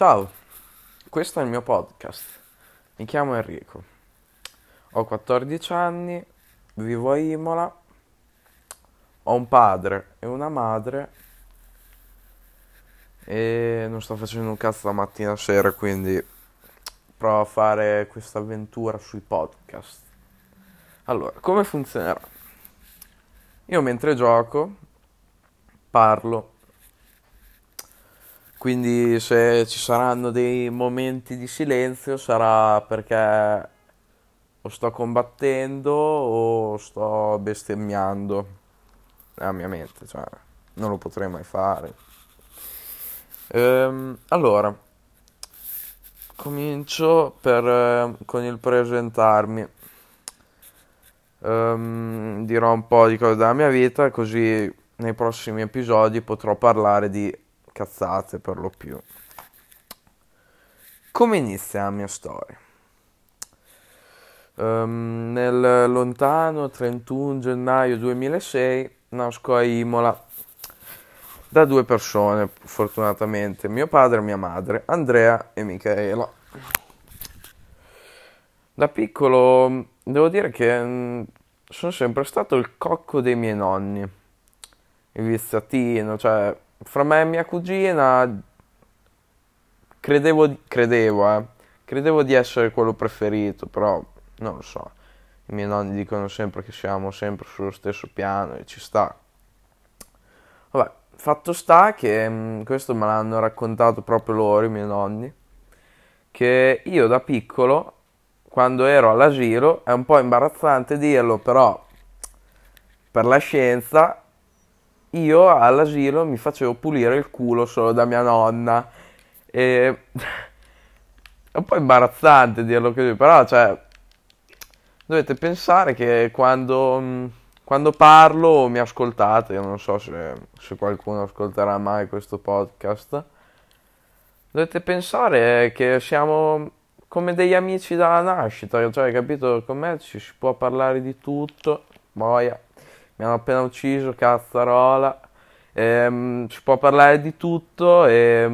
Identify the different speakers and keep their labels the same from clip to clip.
Speaker 1: Ciao, questo è il mio podcast. Mi chiamo Enrico, ho 14 anni, vivo a Imola, ho un padre e una madre e non sto facendo un cazzo la mattina a sera, quindi provo a fare questa avventura sui podcast. Allora, come funzionerà? Io mentre gioco parlo, quindi se ci saranno dei momenti di silenzio sarà perché o sto combattendo o sto bestemmiando nella mia mente, cioè non lo potrei mai fare. Allora, comincio con il presentarmi. Dirò un po' di cose della mia vita, così nei prossimi episodi potrò parlare di cazzate per lo più. Come inizia la mia storia? Nel lontano 31 gennaio 2006 nasco a Imola da due persone, fortunatamente, mio padre e mia madre, Andrea e Michaela. Da piccolo devo dire che sono sempre stato il cocco dei miei nonni, il viziatino, cioè fra me e mia cugina credevo di essere quello preferito, però non lo so. I miei nonni dicono sempre che siamo sempre sullo stesso piano e ci sta. Vabbè, fatto sta che questo me l'hanno raccontato proprio loro, i miei nonni, che io da piccolo, quando ero all'asilo, è un po' imbarazzante dirlo, però per la scienza, io all'asilo mi facevo pulire il culo solo da mia nonna. E è un po' imbarazzante dirlo così, però cioè dovete pensare che quando parlo mi ascoltate, io non so se qualcuno ascolterà mai questo podcast. Dovete pensare che siamo come degli amici dalla nascita, cioè, capito? Con me ci si può parlare di tutto. Boia, mi hanno appena ucciso, cazzarola. Si può parlare di tutto e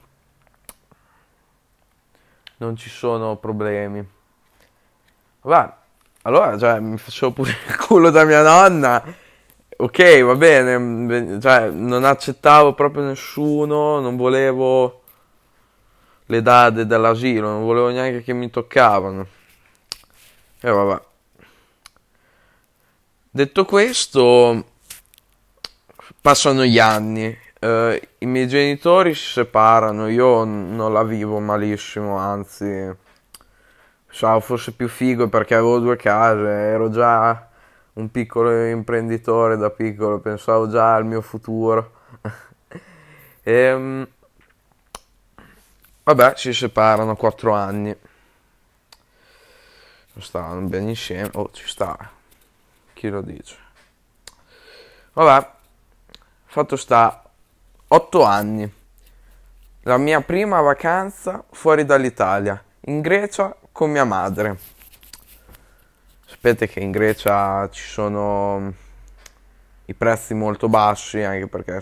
Speaker 1: non ci sono problemi. Va, allora, cioè, mi facevo pure il culo da mia nonna. Ok, va bene, cioè, non accettavo proprio nessuno, non volevo le dade dell'asilo, non volevo neanche che mi toccavano. E vabbè. Detto questo, passano gli anni. I miei genitori si separano, io non la vivo malissimo, anzi, pensavo fosse più figo perché avevo due case, ero già un piccolo imprenditore da piccolo, pensavo già al mio futuro. E, vabbè, si separano 4 anni. Stavano bene insieme. Oh, ci sta. Chi lo dice? Vabbè, fatto sta 8 anni. La mia prima vacanza fuori dall'Italia, in Grecia con mia madre. Sapete che in Grecia ci sono i prezzi molto bassi, anche perché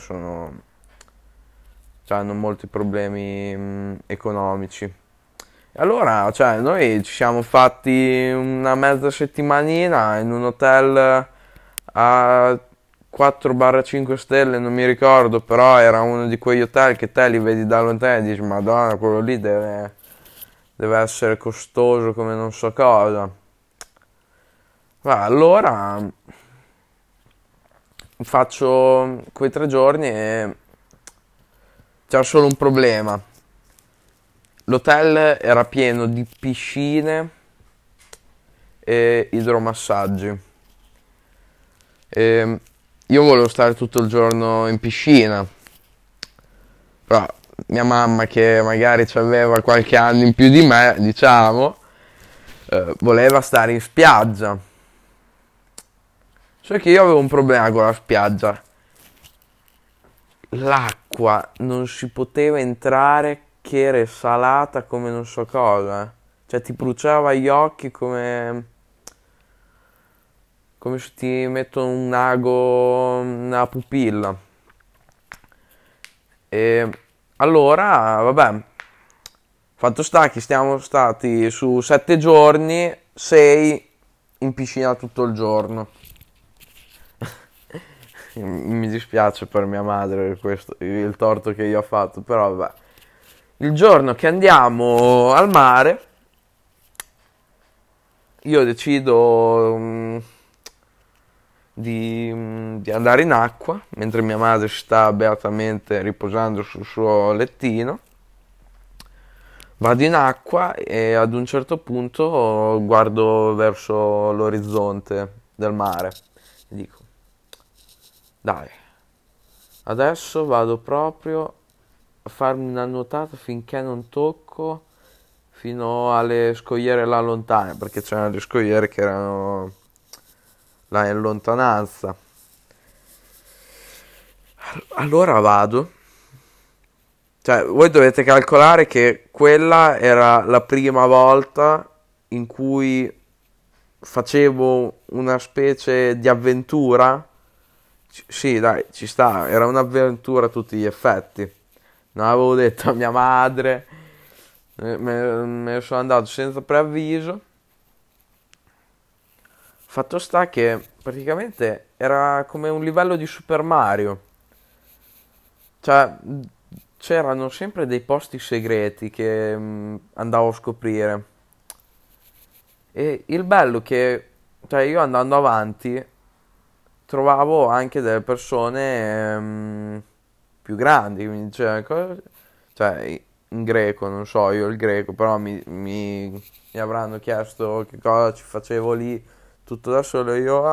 Speaker 1: cioè, hanno molti problemi economici. E allora, cioè, noi ci siamo fatti una mezza settimanina in un hotel a 4-5 stelle, non mi ricordo, però era uno di quegli hotel che te li vedi da lontano e dici, Madonna, quello lì deve essere costoso come non so cosa. Va, allora faccio quei 3 giorni e c'era solo un problema. L'hotel era pieno di piscine e idromassaggi. E io volevo stare tutto il giorno in piscina, però mia mamma, che magari aveva qualche anno in più di me, diciamo, voleva stare in spiaggia. Solo che io avevo un problema con la spiaggia. L'acqua non si poteva entrare, che era salata come non so cosa. Cioè ti bruciava gli occhi come se ti mettono un ago nella pupilla. E allora, vabbè, Fatto sta che stiamo stati su 7 giorni, 6 in piscina tutto il giorno. Mi dispiace per mia madre questo, il torto che io ho fatto, però vabbè. Il giorno che andiamo al mare, io decido di andare in acqua, mentre mia madre sta beatamente riposando sul suo lettino. Vado in acqua e ad un certo punto guardo verso l'orizzonte del mare e dico, dai, adesso vado proprio a farmi una nuotata finché non tocco fino alle scogliere là lontane, perché c'erano le scogliere che erano là in lontananza. Allora vado. Cioè, voi dovete calcolare che quella era la prima volta in cui facevo una specie di avventura. Sì, dai, ci sta, era un'avventura a tutti gli effetti. Non avevo detto a mia madre, me ne sono andato senza preavviso. Fatto sta che praticamente era come un livello di Super Mario. Cioè, c'erano sempre dei posti segreti che andavo a scoprire. E il bello che, cioè, io andando avanti trovavo anche delle persone più grandi, quindi, cioè, in greco, non so io il greco, però mi avranno chiesto che cosa ci facevo lì tutto da solo. Io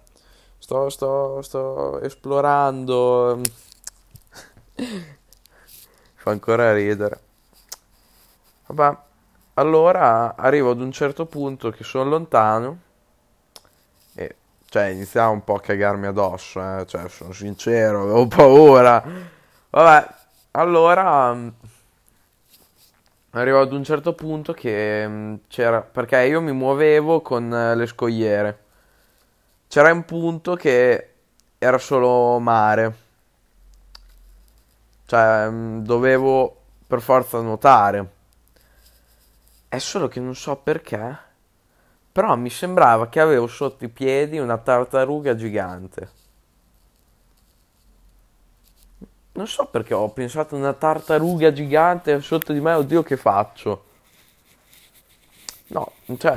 Speaker 1: sto esplorando. Fa ancora ridere. Vabbè, allora arrivo ad un certo punto che sono lontano e cioè iniziava un po' a cagarmi addosso, cioè sono sincero, avevo paura. Vabbè, allora arrivo ad un certo punto che c'era, perché io mi muovevo con le scogliere. C'era un punto che era solo mare, cioè dovevo per forza nuotare. È solo che non so perché, però mi sembrava che avevo sotto i piedi una tartaruga gigante. Non so perché ho pensato a una tartaruga gigante sotto di me, oddio che faccio? No, cioè,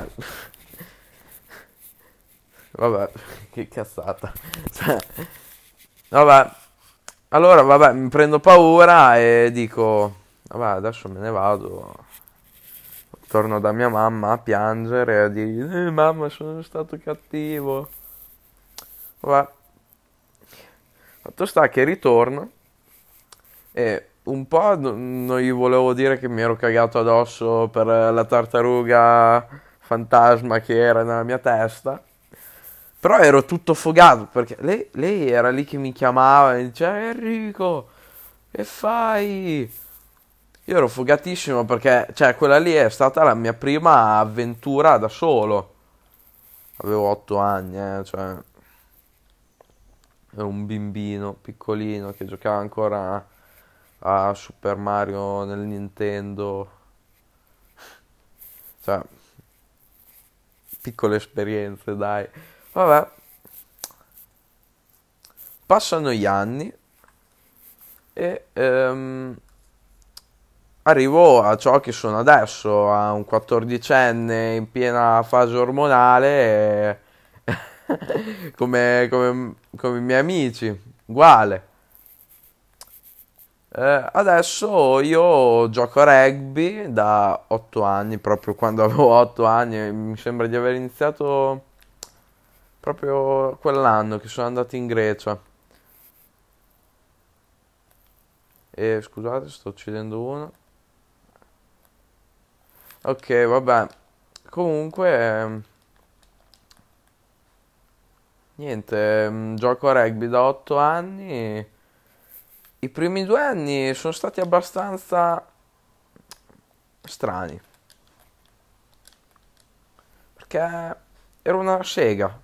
Speaker 1: vabbè, che cazzata. Cioè, vabbè, allora vabbè, mi prendo paura e dico, vabbè, adesso me ne vado. Torno da mia mamma a piangere e a dire, mamma, sono stato cattivo. Vabbè, fatto sta che ritorno e un po' non gli volevo dire che mi ero cagato addosso per la tartaruga fantasma che era nella mia testa. Però ero tutto fogato perché lei era lì che mi chiamava e diceva Enrico, che fai? Io ero fogatissimo perché, cioè, quella lì è stata la mia prima avventura da solo. Avevo 8 anni, cioè, ero un bimbino piccolino che giocava ancora a Super Mario nel Nintendo. Cioè, piccole esperienze, dai. Vabbè, passano gli anni e arrivo a ciò che sono adesso, a un 14enne in piena fase ormonale, come i miei amici, uguale. Adesso io gioco a rugby da 8 anni, proprio quando avevo 8 anni, mi sembra di aver iniziato proprio quell'anno che sono andato in Grecia. E scusate, sto uccidendo uno. Ok, vabbè. Comunque, niente, gioco a rugby da 8 anni. I primi 2 anni sono stati abbastanza strani. Perché ero una sega.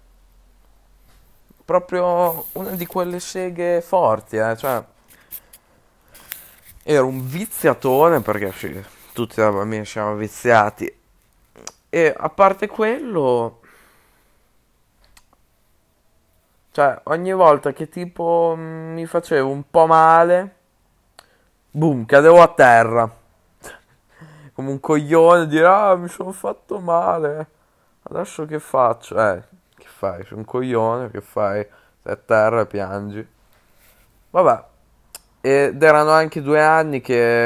Speaker 1: Proprio una di quelle seghe forti, Cioè, ero un viziatone perché sì, tutti da bambini siamo viziati. E a parte quello, cioè ogni volta che tipo mi facevo un po' male, boom, cadevo a terra come un coglione, dire ah mi sono fatto male, adesso che faccio? Che fai? Sei un coglione, che fai? Stai a terra e piangi. Vabbè, ed erano anche 2 anni che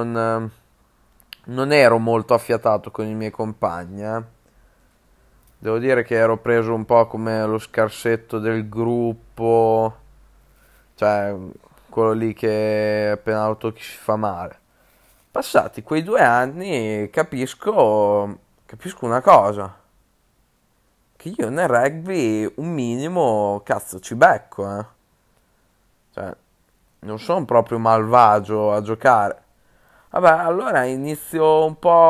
Speaker 1: non ero molto affiatato con i miei compagni, eh. Devo dire che ero preso un po' come lo scarsetto del gruppo, cioè quello lì che appena lo tocchi si fa male. Passati quei 2 anni capisco una cosa, che io nel rugby un minimo cazzo ci becco, eh. Cioè, non sono proprio malvagio a giocare. Vabbè, allora inizio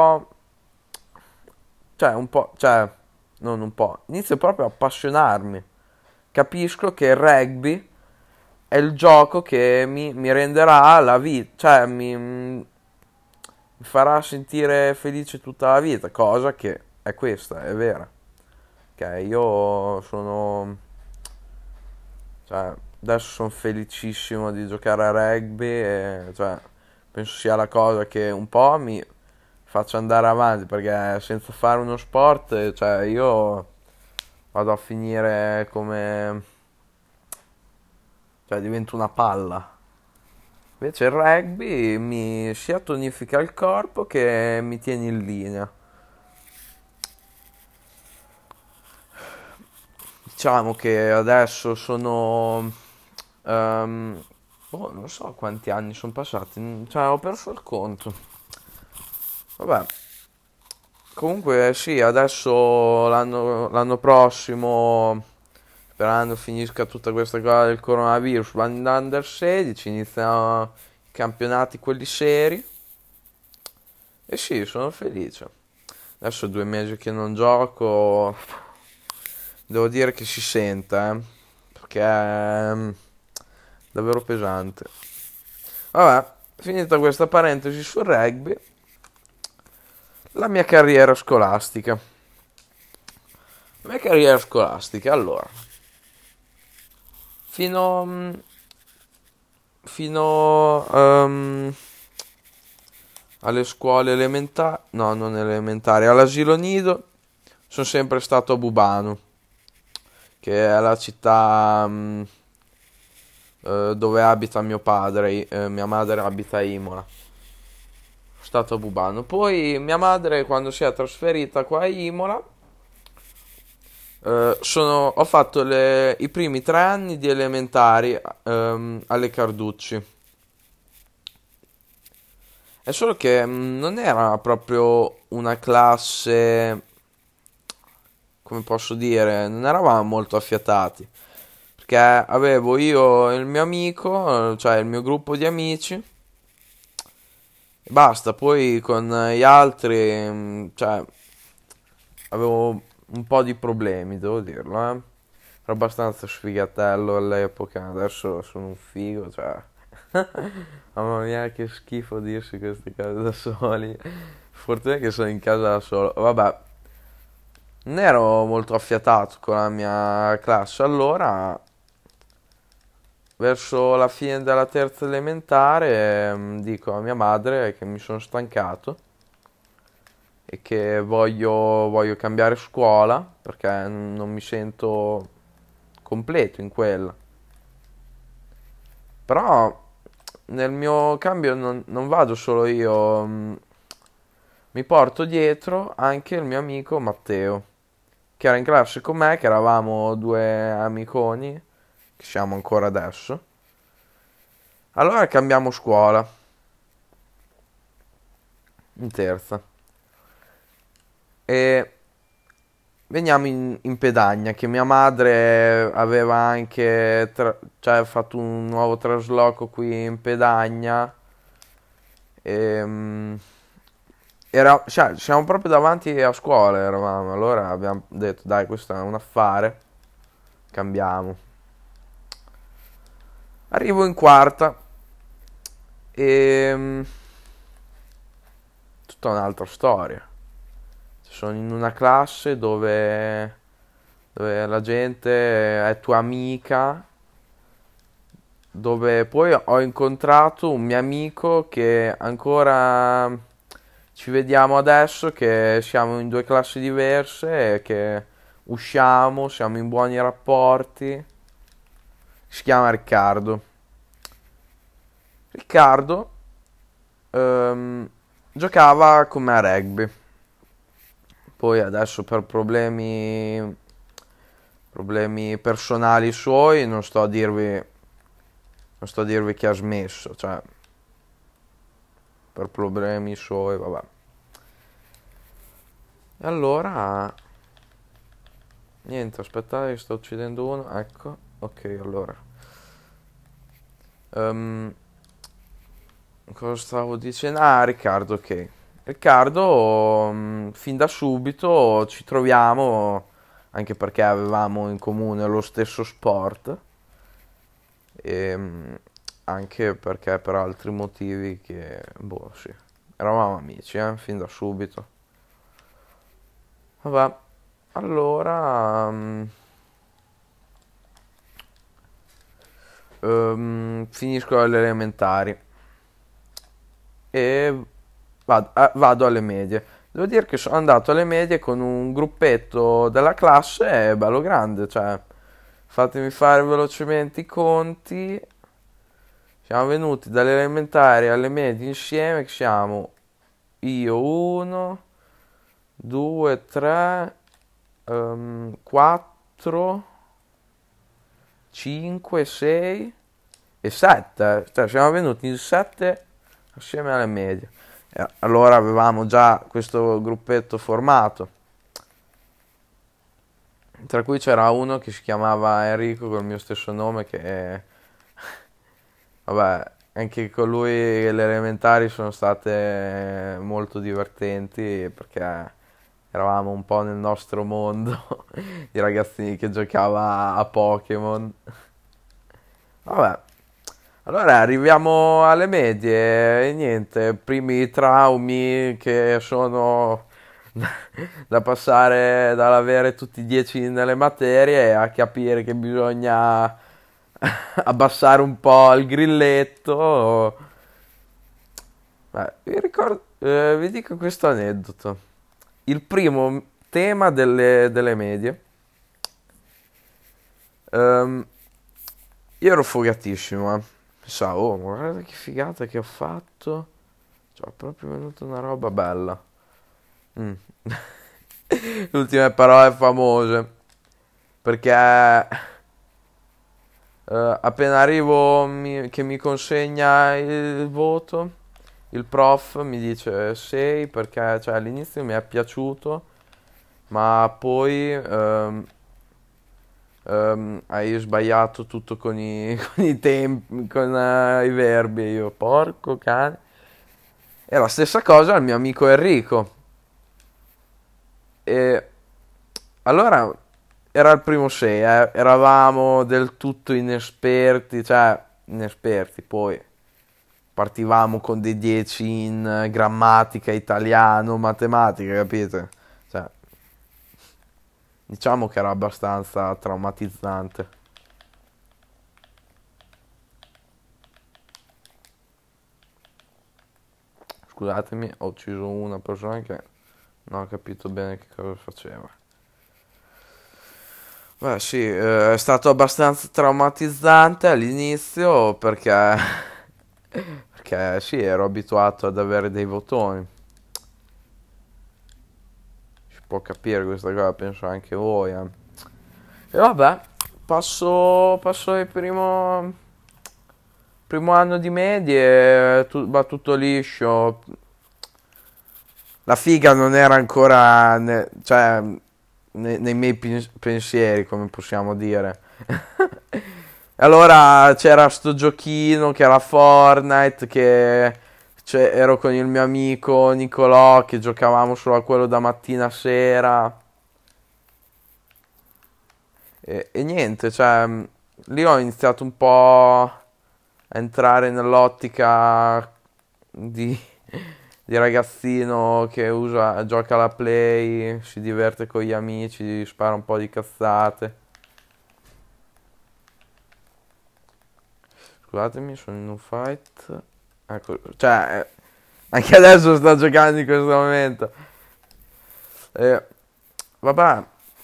Speaker 1: non un po', inizio proprio a appassionarmi. Capisco che il rugby è il gioco che mi renderà la vita, cioè mi farà sentire felice tutta la vita, cosa che è questa, è vera. Ok, io sono, cioè, adesso sono felicissimo di giocare a rugby e, cioè, penso sia la cosa che un po' mi faccia andare avanti, perché senza fare uno sport, cioè, io vado a finire come, cioè, divento una palla. Invece il rugby mi sia tonifica il corpo che mi tiene in linea. Diciamo che adesso sono... non so quanti anni sono passati, cioè ho perso il conto. Vabbè, comunque sì, adesso l'anno prossimo, sperando finisca tutta questa cosa del coronavirus, vanno in Under 16, iniziano i campionati quelli seri. E sì, sono felice. Adesso 2 mesi che non gioco, devo dire che si sente, perché è davvero pesante. Vabbè, finita questa parentesi sul rugby, la mia carriera scolastica. La mia carriera scolastica, allora, fino, fino alle scuole elementari, no, non elementari, all'asilo nido, sono sempre stato a Bubano, che è la città dove abita mio padre, mia madre abita a Imola. Sono stato a Bubano. Poi mia madre, quando si è trasferita qua a Imola, ho fatto i primi 3 anni di elementari alle Carducci. È solo che non era proprio una classe, come posso dire, non eravamo molto affiatati. Perché avevo io e il mio amico, cioè il mio gruppo di amici, e basta. Poi con gli altri, cioè, avevo un po' di problemi, devo dirlo, eh. Ero abbastanza sfigatello all'epoca, adesso sono un figo, cioè. Mamma mia, che schifo dirsi queste cose da soli. Fortuna che sono in casa da solo. Vabbè, non ero molto affiatato con la mia classe, allora verso la fine della terza elementare dico a mia madre che mi sono stancato e che voglio cambiare scuola perché non mi sento completo in quella. Però nel mio cambio non vado solo io, mi porto dietro anche il mio amico Matteo, che era in classe con me, che eravamo 2 amiconi, che siamo ancora adesso. Allora cambiamo scuola, in terza. E veniamo in Pedagna, che mia madre aveva anche cioè, fatto un nuovo trasloco qui in Pedagna. E, cioè, siamo proprio davanti a scuola, eravamo. Allora abbiamo detto, dai, questo è un affare, cambiamo. Arrivo in quarta e tutta un'altra storia. Sono in una classe dove la gente è tua amica, dove poi ho incontrato un mio amico che ancora ci vediamo adesso, che siamo in due classi diverse e che usciamo, siamo in buoni rapporti. Si chiama Riccardo. Riccardo giocava con me a rugby. Poi adesso per problemi personali suoi non sto a dirvi che ha smesso, cioè per problemi suoi, vabbè. E allora niente, aspettate che sto uccidendo uno, ecco, ok, allora. Ehm, Cosa stavo dicendo? Ah, Riccardo, ok. Riccardo, fin da subito ci troviamo, anche perché avevamo in comune lo stesso sport, e anche perché per altri motivi che, boh, sì, eravamo amici, fin da subito. Vabbè, allora, finisco le elementari e vado alle medie. Devo dire che sono andato alle medie con un gruppetto della classe bello grande, cioè, fatemi fare velocemente i conti. Siamo venuti dalle elementari alle medie insieme, che siamo io 1, 2, 3, 4, 5, 6 e 7. Cioè siamo venuti in 7 assieme alle medie. Allora avevamo già questo gruppetto formato, tra cui c'era uno che si chiamava Enrico col mio stesso nome, vabbè, anche con lui le elementari sono state molto divertenti perché eravamo un po' nel nostro mondo di ragazzini che giocava a Pokémon. Vabbè, allora arriviamo alle medie e niente, primi traumi che sono da passare dall'avere tutti 10 nelle materie a capire che bisogna abbassare un po' il grilletto. Vi dico questo aneddoto. Il primo tema delle medie. Io ero fogatissimo, eh. Pensavo, oh, ma guarda che figata che ho fatto. Cioè, è proprio venuta una roba bella. Mm. Le ultime parole famose. Perché appena arrivo che mi consegna il voto, il prof mi dice 6 perché cioè, all'inizio mi è piaciuto, ma poi hai sbagliato tutto con con i tempi, con i verbi. E io, porco cane. E la stessa cosa al mio amico Enrico. E allora era il primo 6, eravamo del tutto inesperti, cioè inesperti, poi partivamo con dei 10 in grammatica, italiano, matematica, capite? Cioè, diciamo che era abbastanza traumatizzante. Scusatemi, ho ucciso una persona che non ho capito bene che cosa faceva. Beh, sì, è stato abbastanza traumatizzante all'inizio perché sì, ero abituato ad avere dei votoni. Si può capire questa cosa, penso anche voi. E vabbè, passo il primo anno di medie, va tutto liscio. La figa non era ancora, cioè, nei miei pensieri, come possiamo dire. Allora c'era sto giochino che era Fortnite, ero con il mio amico Nicolò che giocavamo solo a quello da mattina a sera. E niente, cioè, lì ho iniziato un po' a entrare nell'ottica di ragazzino che gioca alla Play, si diverte con gli amici, spara un po' di cazzate. Scusatemi, sono in un fight. Ecco, cioè, anche adesso sto giocando in questo momento. Eh, vabbè,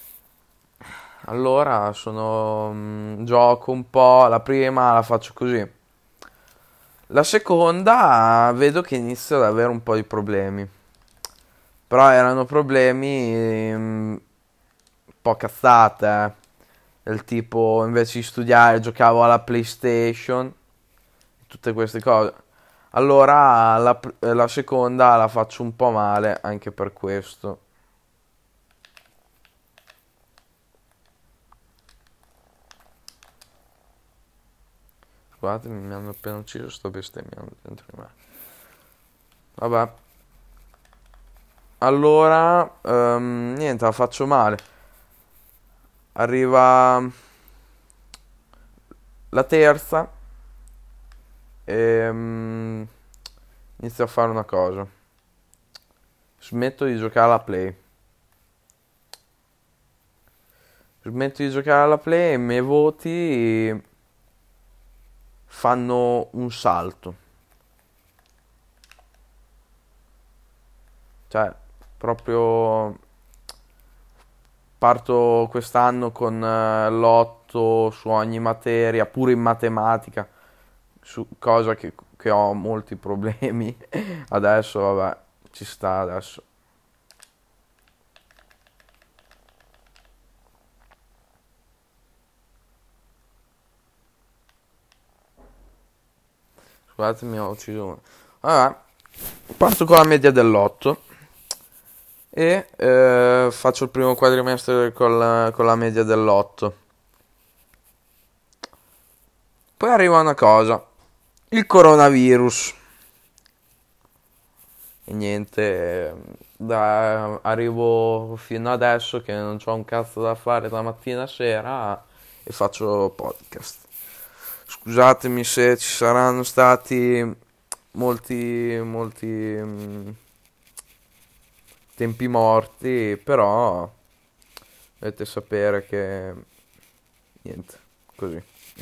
Speaker 1: allora gioco un po', la prima la faccio così. La seconda vedo che inizio ad avere un po' di problemi. Però erano problemi un po' cazzate, del tipo invece di studiare giocavo alla PlayStation, tutte queste cose. Allora la seconda la faccio un po' male anche per questo. Scusatemi, mi hanno appena ucciso, sto bestemmiando dentro di me. Vabbè. Allora, niente, la faccio male. Arriva la terza e inizio a fare una cosa. Smetto di giocare alla Play. Smetto di giocare alla Play e i miei voti fanno un salto. Cioè, proprio parto quest'anno con l'8 su ogni materia, pure in matematica, su cosa che ho molti problemi. Adesso, vabbè, ci sta adesso. Scusatemi, ho ucciso uno. Vabbè, parto con la media dell'8 e faccio il primo quadrimestre con la media dell'8. Poi arriva una cosa, il coronavirus. E niente, arrivo fino adesso che non c'ho un cazzo da fare da mattina a sera e faccio podcast. Scusatemi se ci saranno stati molti tempi morti, però dovete sapere che niente, così.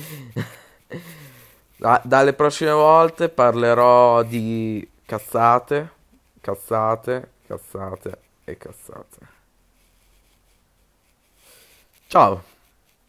Speaker 1: Dalle prossime volte parlerò di cazzate, cazzate e cazzate. Ciao!